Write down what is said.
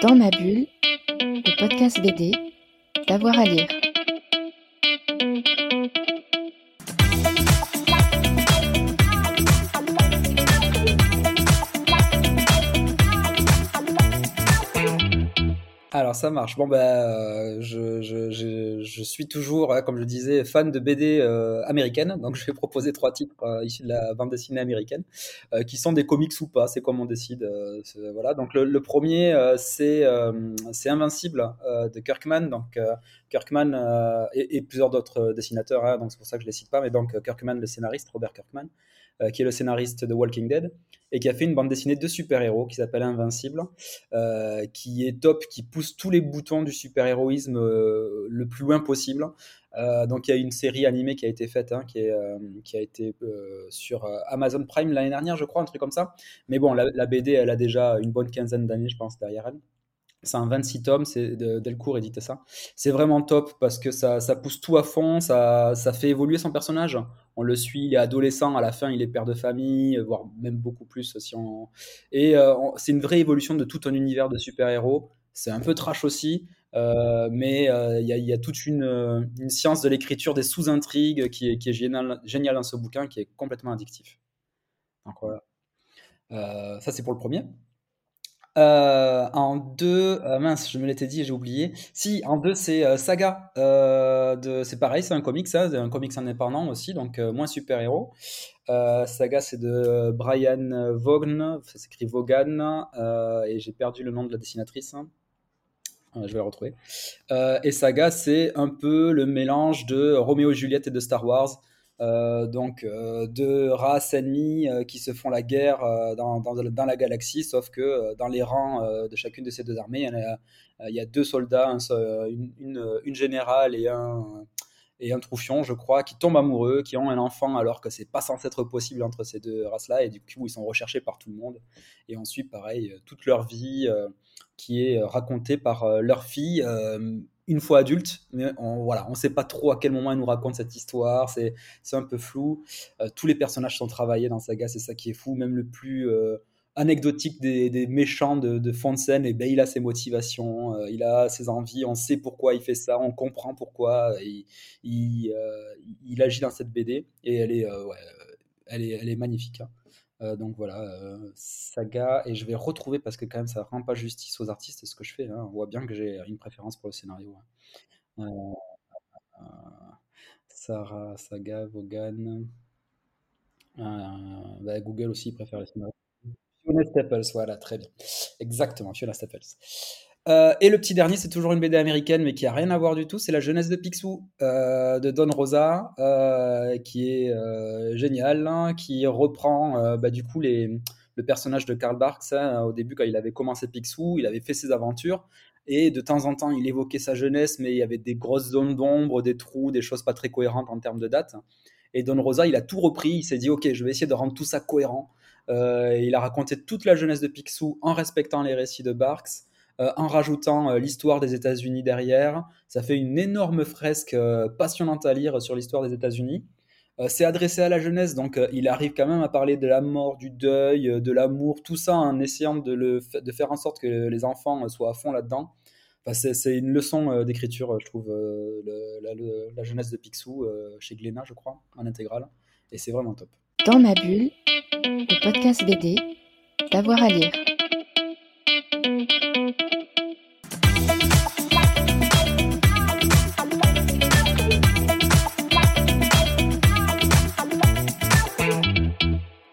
Dans ma bulle, le podcast BD, d'avoir à lire. Alors ça marche. Je suis toujours, comme je disais, fan de BD américaine. Donc je vais proposer 3 titres issus de la bande dessinée américaine, qui sont des comics ou pas. C'est comme on décide. Voilà. Donc le premier, c'est Invincible de Kirkman. Donc Kirkman et plusieurs d'autres dessinateurs. Hein, donc c'est pour ça que je les cite pas. Mais donc Kirkman, le scénariste, Robert Kirkman, qui est le scénariste de Walking Dead et qui a fait une bande dessinée de super-héros qui s'appelle Invincible, qui est top, qui pousse tous les boutons du super-héroïsme le plus loin possible. Donc il y a une série animée qui a été faite, hein, qui a été sur Amazon Prime l'année dernière, je crois, un truc comme ça. Mais bon, la BD, elle a déjà une bonne quinzaine d'années, je pense, derrière elle. C'est un 26 tomes, c'est Delcourt édite ça. C'est vraiment top parce que ça pousse tout à fond, ça fait évoluer son personnage. On le suit, il est adolescent, à la fin il est père de famille, voire même beaucoup plus si on... Et c'est une vraie évolution de tout un univers de super-héros. C'est un peu trash aussi, mais il y a toute une science de l'écriture, des sous-intrigues qui est géniale dans ce bouquin, qui est complètement addictif. Donc voilà. Ça c'est pour le premier. En deux, mince, je me l'étais dit et j'ai oublié. Si, en deux, c'est Saga. C'est pareil, c'est un comics, ça, c'est un comics indépendant aussi, donc moins super-héros. Saga, c'est de Brian Vaughan, ça s'écrit Vaughan, et j'ai perdu le nom de la dessinatrice, hein. Je vais le retrouver. Et Saga, c'est un peu le mélange de Roméo et Juliette et de Star Wars. Donc, deux races ennemies qui se font la guerre dans la galaxie, sauf que dans les rangs de chacune de ces deux armées, il y a deux soldats, une générale et un troufion, je crois, qui tombent amoureux, qui ont un enfant alors que c'est pas censé être possible entre ces deux races-là, et du coup, ils sont recherchés par tout le monde. Et on suit, pareil, toute leur vie qui est racontée par leur fille. Une fois adulte, mais voilà, on ne sait pas trop à quel moment elle nous raconte cette histoire, c'est un peu flou. Tous les personnages sont travaillés dans Saga, c'est ça qui est fou, même le plus anecdotique des méchants de fond de scène, et ben, il a ses motivations, il a ses envies, on sait pourquoi il fait ça, on comprend pourquoi il agit dans cette BD, et elle est magnifique, hein. Donc voilà, Saga, et je vais retrouver parce que quand même ça rend pas justice aux artistes, c'est ce que je fais, hein. On voit bien que j'ai une préférence pour le scénario, hein. Euh, Sarah, Saga, Vaughan, bah, Google aussi préfère le scénario. Fiona Staples, voilà, très bien. Exactement, Fiona Staples. Et le petit dernier, c'est toujours une BD américaine, mais qui a rien à voir du tout. C'est La jeunesse de Picsou de Don Rosa, qui est génial, hein, qui reprend bah, du coup le personnage de Karl Barks, hein. Au début, quand il avait commencé Picsou, il avait fait ses aventures. Et de temps en temps, il évoquait sa jeunesse, mais il y avait des grosses zones d'ombre, des trous, des choses pas très cohérentes en termes de date. Et Don Rosa, il a tout repris. Il s'est dit, ok, je vais essayer de rendre tout ça cohérent. Il a raconté toute la jeunesse de Picsou en respectant les récits de Barks, en rajoutant l'histoire des États-Unis derrière. Ça fait une énorme fresque passionnante à lire sur l'histoire des États-Unis. C'est adressé à la jeunesse, donc il arrive quand même à parler de la mort, du deuil, de l'amour, tout ça en essayant de faire en sorte que les enfants soient à fond là-dedans. Enfin, c'est une leçon d'écriture, je trouve, la jeunesse de Picsou, chez Glénat, je crois, en intégrale. Et c'est vraiment top. Dans ma bulle, le podcast BD, d'avoir à lire.